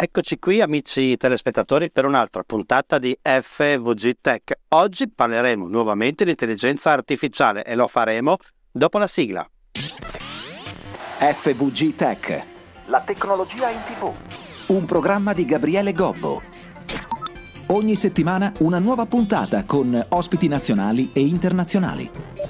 Eccoci qui amici telespettatori per un'altra puntata di FVG Tech. Oggi parleremo nuovamente di intelligenza artificiale e lo faremo dopo la sigla. FVG Tech, la tecnologia in TV. un programma di Gabriele Gobbo. Ogni settimana una nuova puntata con ospiti nazionali e internazionali.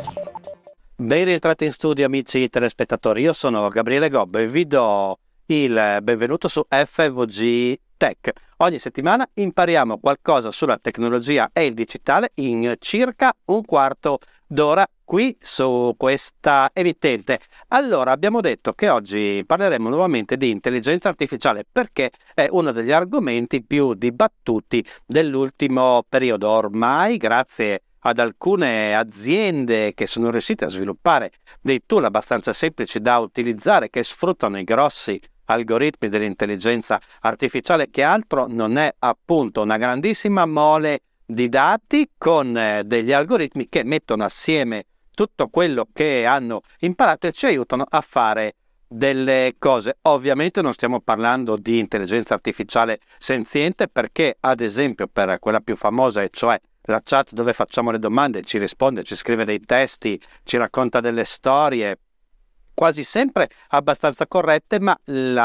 Ben ritrovati in studio amici telespettatori, io sono Gabriele Gobbo e vi do il benvenuto su FVG Tech. Ogni settimana impariamo qualcosa sulla tecnologia e il digitale in circa un quarto d'ora qui su questa emittente. Allora, abbiamo detto che oggi parleremo nuovamente di intelligenza artificiale perché è uno degli argomenti più dibattuti dell'ultimo periodo. Ormai, grazie ad alcune aziende che sono riuscite a sviluppare dei tool abbastanza semplici da utilizzare che sfruttano i grossi algoritmi dell'intelligenza artificiale, che altro non è appunto una grandissima mole di dati con degli algoritmi che mettono assieme tutto quello che hanno imparato e ci aiutano a fare delle cose. Ovviamente non stiamo parlando di intelligenza artificiale senziente, perché ad esempio per quella più famosa, e cioè la chat dove facciamo le domande, ci risponde, ci scrive dei testi, ci racconta delle storie, quasi sempre abbastanza corrette, ma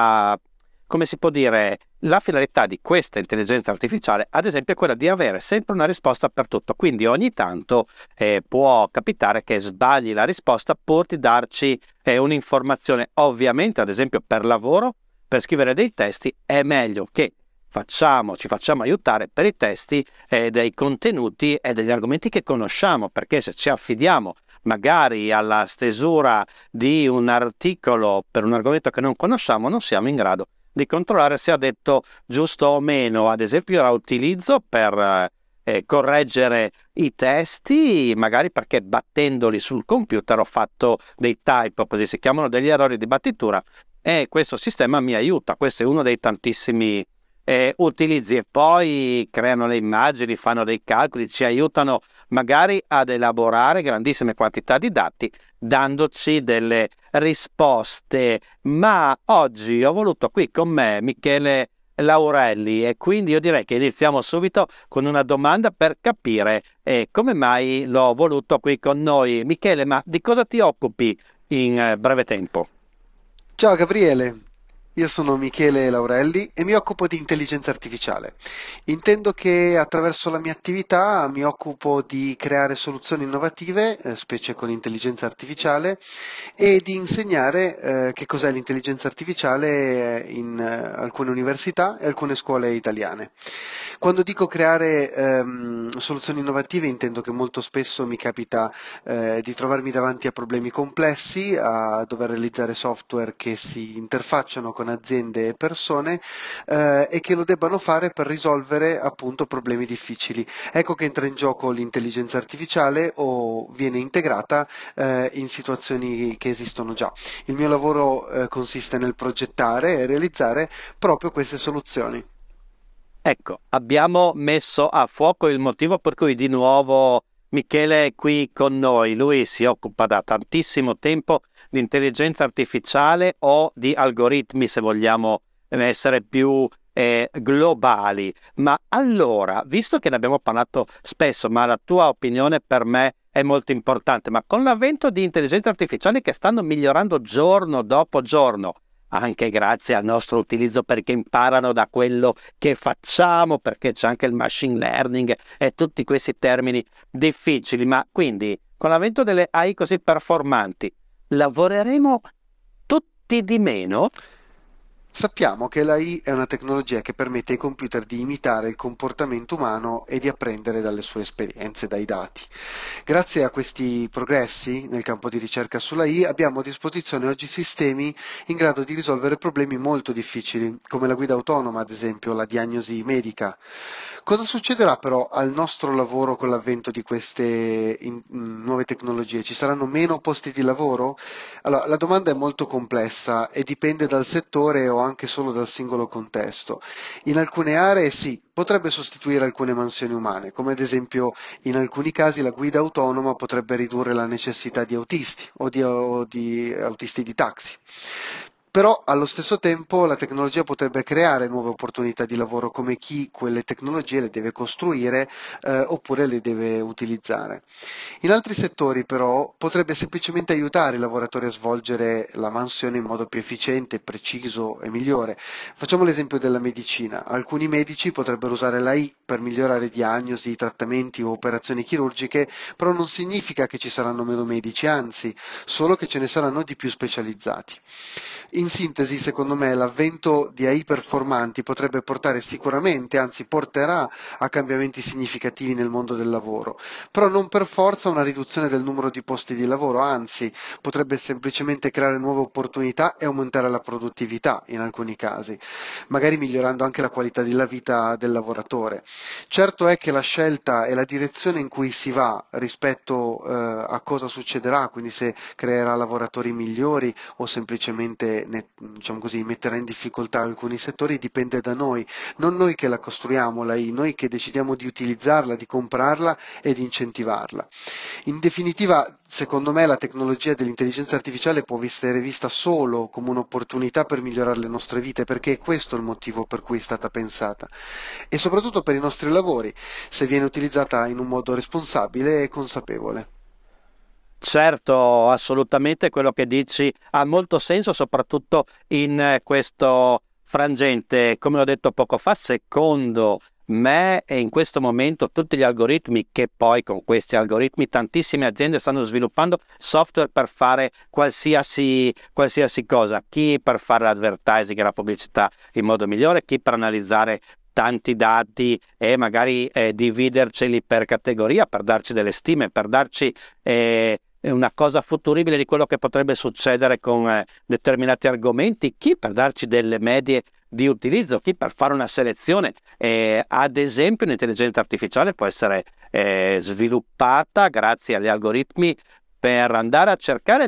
come si può dire, la finalità di questa intelligenza artificiale, ad esempio, è quella di avere sempre una risposta per tutto. Quindi ogni tanto può capitare che sbagli la risposta pur di darci un'informazione. Ovviamente, ad esempio, per lavoro, per scrivere dei testi, è meglio che ci facciamo aiutare per i testi dei contenuti e degli argomenti che conosciamo, perché se ci affidiamo magari alla stesura di un articolo per un argomento che non conosciamo, non siamo in grado di controllare se ha detto giusto o meno. Ad esempio, io la utilizzo per correggere i testi, magari perché battendoli sul computer ho fatto dei typo, così si chiamano, degli errori di battitura, e questo sistema mi aiuta. Questo è uno dei tantissimi utilizzi. E poi creano le immagini, fanno dei calcoli, ci aiutano magari ad elaborare grandissime quantità di dati, dandoci delle risposte. Ma oggi ho voluto qui con me Michele Laurelli, e quindi io direi che iniziamo subito con una domanda per capire come mai l'ho voluto qui con noi. Michele, ma di cosa ti occupi in breve tempo? Ciao Gabriele, io sono Michele Laurelli e mi occupo di intelligenza artificiale. Intendo che attraverso la mia attività mi occupo di creare soluzioni innovative, specie con intelligenza artificiale, e di insegnare che cos'è l'intelligenza artificiale in alcune università e alcune scuole italiane. Quando dico creare soluzioni innovative, intendo che molto spesso mi capita di trovarmi davanti a problemi complessi, a dover realizzare software che si interfacciano con aziende e persone e che lo debbano fare per risolvere appunto problemi difficili. Ecco che entra in gioco l'intelligenza artificiale o viene integrata in situazioni che esistono già. Il mio lavoro consiste nel progettare e realizzare proprio queste soluzioni. Ecco, abbiamo messo a fuoco il motivo per cui di nuovo Michele è qui con noi. Lui si occupa da tantissimo tempo di intelligenza artificiale o di algoritmi, se vogliamo essere più globali. Ma allora, visto che ne abbiamo parlato spesso, ma la tua opinione per me è molto importante, ma con l'avvento di intelligenze artificiali che stanno migliorando giorno dopo giorno, anche grazie al nostro utilizzo, perché imparano da quello che facciamo, perché c'è anche il machine learning e tutti questi termini difficili, ma quindi con l'avvento delle AI così performanti lavoreremo tutti di meno? Sappiamo che l'AI è una tecnologia che permette ai computer di imitare il comportamento umano e di apprendere dalle sue esperienze, dai dati. Grazie a questi progressi nel campo di ricerca sull'AI abbiamo a disposizione oggi sistemi in grado di risolvere problemi molto difficili, come la guida autonoma, ad esempio, la diagnosi medica. Cosa succederà però al nostro lavoro con l'avvento di queste nuove tecnologie? Ci saranno meno posti di lavoro? Allora, la domanda è molto complessa e dipende dal settore o anche solo dal singolo contesto. In alcune aree sì, potrebbe sostituire alcune mansioni umane, come ad esempio in alcuni casi la guida autonoma potrebbe ridurre la necessità di autisti o di autisti di taxi. Però allo stesso tempo la tecnologia potrebbe creare nuove opportunità di lavoro, come chi quelle tecnologie le deve costruire oppure le deve utilizzare. In altri settori però potrebbe semplicemente aiutare i lavoratori a svolgere la mansione in modo più efficiente, preciso e migliore. Facciamo l'esempio della medicina. Alcuni medici potrebbero usare l'AI per migliorare diagnosi, trattamenti o operazioni chirurgiche, però non significa che ci saranno meno medici, anzi, solo che ce ne saranno di più specializzati. In sintesi, secondo me, l'avvento di AI performanti potrebbe portare sicuramente, anzi porterà a cambiamenti significativi nel mondo del lavoro, però non per forza una riduzione del numero di posti di lavoro, anzi potrebbe semplicemente creare nuove opportunità e aumentare la produttività in alcuni casi, magari migliorando anche la qualità della vita del lavoratore. Certo è che la scelta e la direzione in cui si va rispetto a cosa succederà, quindi se creerà lavoratori migliori o semplicemente diciamo così, metterà in difficoltà alcuni settori, dipende da noi, non noi che la costruiamo l'AI, noi che decidiamo di utilizzarla, di comprarla e di incentivarla. In definitiva, secondo me la tecnologia dell'intelligenza artificiale può essere vista solo come un'opportunità per migliorare le nostre vite, perché è questo il motivo per cui è stata pensata, e soprattutto per i nostri lavori, se viene utilizzata in un modo responsabile e consapevole. Certo, assolutamente quello che dici ha molto senso, soprattutto in questo frangente. Come ho detto poco fa, secondo me e in questo momento tutti gli algoritmi, che poi con questi algoritmi tantissime aziende stanno sviluppando software per fare qualsiasi cosa, chi per fare l'advertising e la pubblicità in modo migliore, chi per analizzare tanti dati e magari dividerceli per categoria, per darci delle stime, per darci una cosa futuribile di quello che potrebbe succedere con determinati argomenti, chi per darci delle medie di utilizzo, chi per fare una selezione. Ad esempio l'intelligenza artificiale può essere sviluppata grazie agli algoritmi per andare a cercare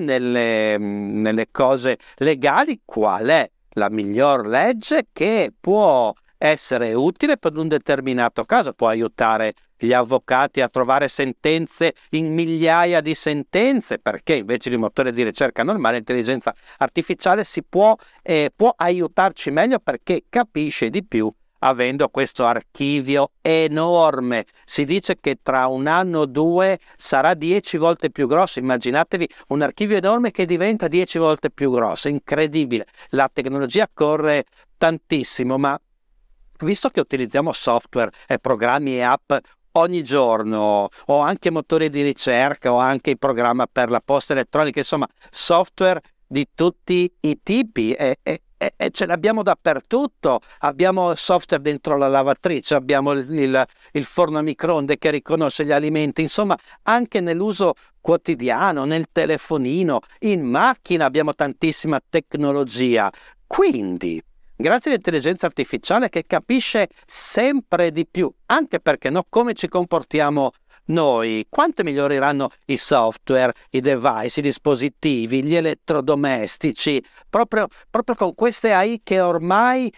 nelle cose legali qual è la miglior legge che può essere utile per un determinato caso, può aiutare gli avvocati a trovare sentenze in migliaia di sentenze, perché invece di un motore di ricerca normale l'intelligenza artificiale può aiutarci meglio perché capisce di più avendo questo archivio enorme. Si dice che tra un anno o due sarà 10 volte più grosso. Immaginatevi un archivio enorme che diventa 10 volte più grosso, incredibile. La tecnologia corre tantissimo, ma visto che utilizziamo software e programmi e app ogni giorno, o anche motori di ricerca, o anche il programma per la posta elettronica, insomma, software di tutti i tipi e ce l'abbiamo dappertutto. Abbiamo software dentro la lavatrice, abbiamo il forno a microonde che riconosce gli alimenti, insomma, anche nell'uso quotidiano, nel telefonino, in macchina abbiamo tantissima tecnologia. Quindi grazie all'intelligenza artificiale che capisce sempre di più, anche perché come ci comportiamo noi, quanto miglioreranno i software, i device, i dispositivi, gli elettrodomestici, proprio con queste AI che ormai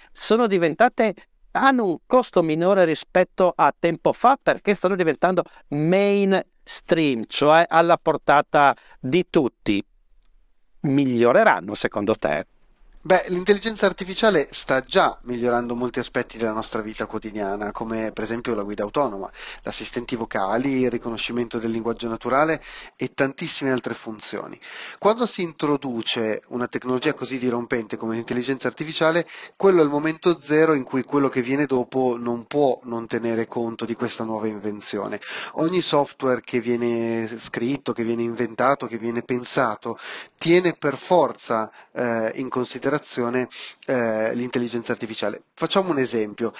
hanno un costo minore rispetto a tempo fa perché stanno diventando mainstream, cioè alla portata di tutti. Miglioreranno secondo te? Beh, l'intelligenza artificiale sta già migliorando molti aspetti della nostra vita quotidiana, come per esempio la guida autonoma, gli assistenti vocali, il riconoscimento del linguaggio naturale e tantissime altre funzioni. Quando si introduce una tecnologia così dirompente come l'intelligenza artificiale, quello è il momento zero in cui quello che viene dopo non può non tenere conto di questa nuova invenzione. Ogni software che viene scritto, che viene inventato, che viene pensato, tiene per forza in considerazione l'intelligenza artificiale. Facciamo un esempio.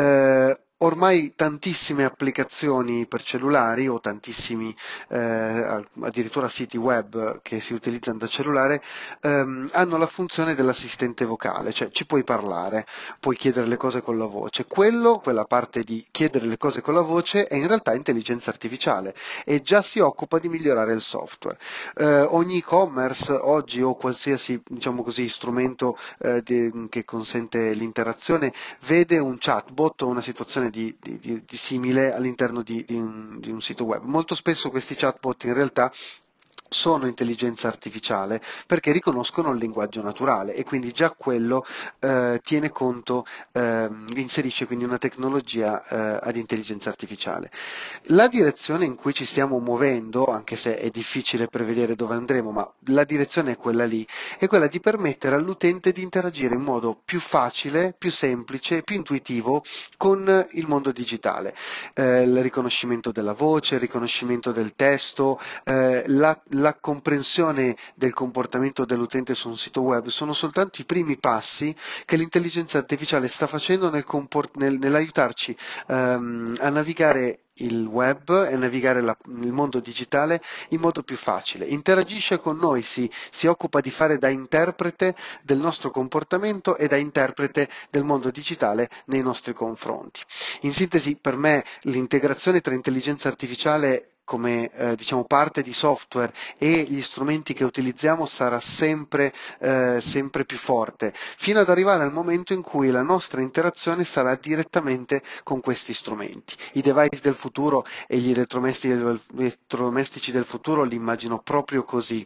Ormai tantissime applicazioni per cellulari o tantissimi addirittura siti web che si utilizzano da cellulare hanno la funzione dell'assistente vocale, cioè ci puoi parlare, puoi chiedere le cose con la voce. Quella parte di chiedere le cose con la voce è in realtà intelligenza artificiale e già si occupa di migliorare il software. Ogni e-commerce oggi o qualsiasi diciamo così, strumento che consente l'interazione vede un chatbot o una situazione di simile all'interno di un sito web. Molto spesso questi chatbot in realtà sono intelligenza artificiale perché riconoscono il linguaggio naturale e quindi già quello tiene conto, inserisce quindi una tecnologia ad intelligenza artificiale. La direzione in cui ci stiamo muovendo, anche se è difficile prevedere dove andremo, ma la direzione è quella lì, è quella di permettere all'utente di interagire in modo più facile, più semplice, più intuitivo con il mondo digitale. Il riconoscimento della voce, il riconoscimento del testo, la comprensione del comportamento dell'utente su un sito web sono soltanto i primi passi che l'intelligenza artificiale sta facendo nell'aiutarci a navigare il web e navigare il mondo digitale in modo più facile. Interagisce con noi, si occupa di fare da interprete del nostro comportamento e da interprete del mondo digitale nei nostri confronti. In sintesi, per me l'integrazione tra intelligenza artificiale come diciamo parte di software e gli strumenti che utilizziamo sarà sempre più forte, fino ad arrivare al momento in cui la nostra interazione sarà direttamente con questi strumenti. I device del futuro e gli elettrodomestici del futuro li immagino proprio così,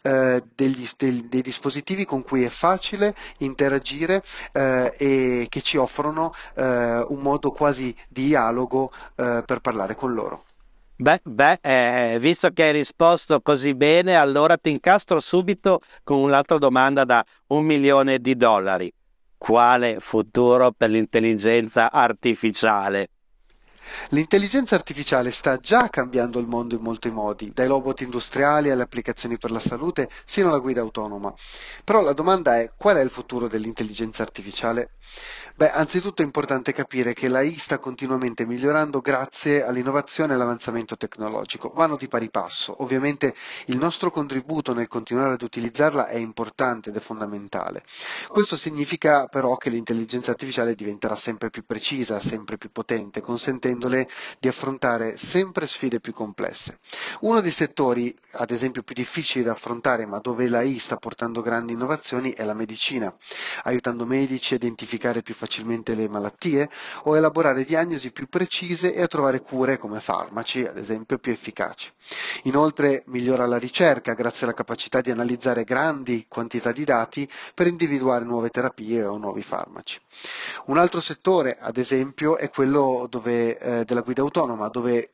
dei dispositivi con cui è facile interagire e che ci offrono un modo quasi di dialogo per parlare con loro. Visto che hai risposto così bene, allora ti incastro subito con un'altra domanda da $1.000.000. Quale futuro per l'intelligenza artificiale? L'intelligenza artificiale sta già cambiando il mondo in molti modi, dai robot industriali alle applicazioni per la salute, sino alla guida autonoma. Però la domanda è: qual è il futuro dell'intelligenza artificiale? Anzitutto è importante capire che l'AI sta continuamente migliorando grazie all'innovazione e all'avanzamento tecnologico. Vanno di pari passo. Ovviamente il nostro contributo nel continuare ad utilizzarla è importante ed è fondamentale. Questo significa però che l'intelligenza artificiale diventerà sempre più precisa, sempre più potente, consentendole di affrontare sempre sfide più complesse. Uno dei settori, ad esempio, più difficili da affrontare, ma dove l'AI sta portando grandi innovazioni, è la medicina, aiutando medici a identificare più facilmente le malattie o a elaborare diagnosi più precise e a trovare cure come farmaci, ad esempio, più efficaci. Inoltre migliora la ricerca grazie alla capacità di analizzare grandi quantità di dati per individuare nuove terapie o nuovi farmaci. Un altro settore, ad esempio, è quello della guida autonoma, dove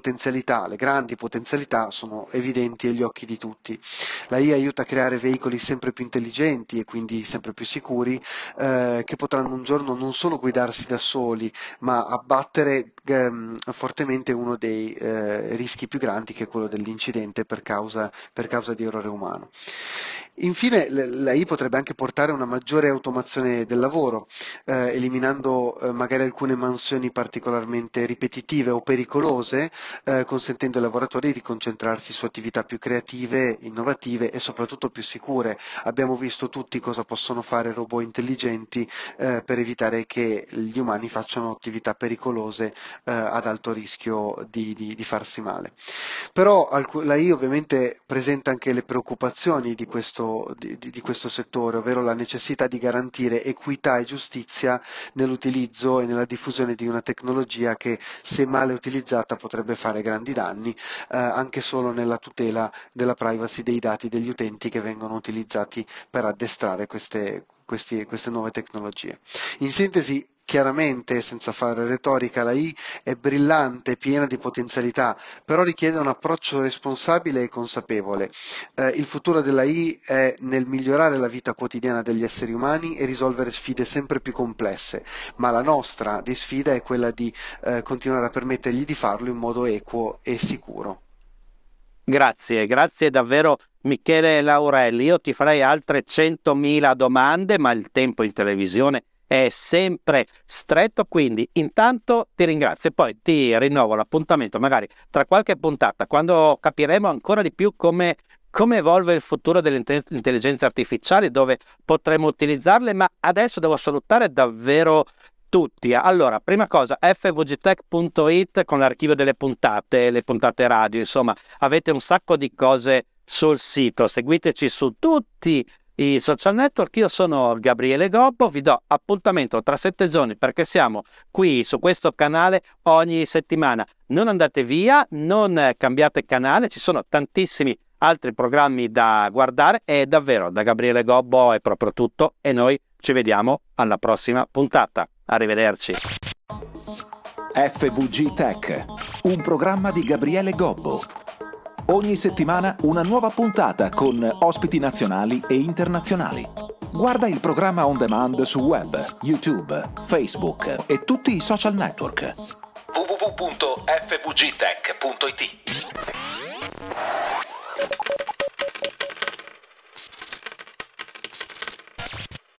le grandi potenzialità sono evidenti agli occhi di tutti. La IA aiuta a creare veicoli sempre più intelligenti e quindi sempre più sicuri, che potranno un giorno non solo guidarsi da soli, ma abbattere fortemente uno dei rischi più grandi, che è quello dell'incidente per causa di errore umano. Infine, l'AI potrebbe anche portare a una maggiore automazione del lavoro, eliminando magari alcune mansioni particolarmente ripetitive o pericolose, consentendo ai lavoratori di concentrarsi su attività più creative, innovative e soprattutto più sicure. Abbiamo visto tutti cosa possono fare robot intelligenti per evitare che gli umani facciano attività pericolose ad alto rischio di farsi male. Però l'AI ovviamente presenta anche le preoccupazioni di questo settore, ovvero la necessità di garantire equità e giustizia nell'utilizzo e nella diffusione di una tecnologia che, se male utilizzata, potrebbe fare grandi danni, anche solo nella tutela della privacy dei dati degli utenti che vengono utilizzati per addestrare queste nuove tecnologie. In sintesi, chiaramente, senza fare retorica, l'AI è brillante, piena di potenzialità, però richiede un approccio responsabile e consapevole. Il futuro dell'AI è nel migliorare la vita quotidiana degli esseri umani e risolvere sfide sempre più complesse, ma la nostra di sfida è quella di continuare a permettergli di farlo in modo equo e sicuro. Grazie davvero Michele Laurelli. Io ti farei altre 100.000 domande, ma il tempo in televisione è sempre stretto, quindi intanto ti ringrazio e poi ti rinnovo l'appuntamento magari tra qualche puntata, quando capiremo ancora di più come evolve il futuro delle intelligenze artificiali, dove potremo utilizzarle. Ma adesso devo salutare davvero tutti. Allora, prima cosa, fvgtech.it con l'archivio delle puntate, le puntate radio, insomma, avete un sacco di cose sul sito. Seguiteci su tutti i social network. Io sono Gabriele Gobbo, vi do appuntamento tra 7 giorni perché siamo qui su questo canale ogni settimana. Non andate via, non cambiate canale, ci sono tantissimi altri programmi da guardare. E davvero da Gabriele Gobbo è proprio tutto e noi ci vediamo alla prossima puntata. Arrivederci. FVG Tech, un programma di Gabriele Gobbo. Ogni settimana una nuova puntata con ospiti nazionali e internazionali. Guarda il programma on demand su web, YouTube, Facebook e tutti i social network. www.fvgtech.it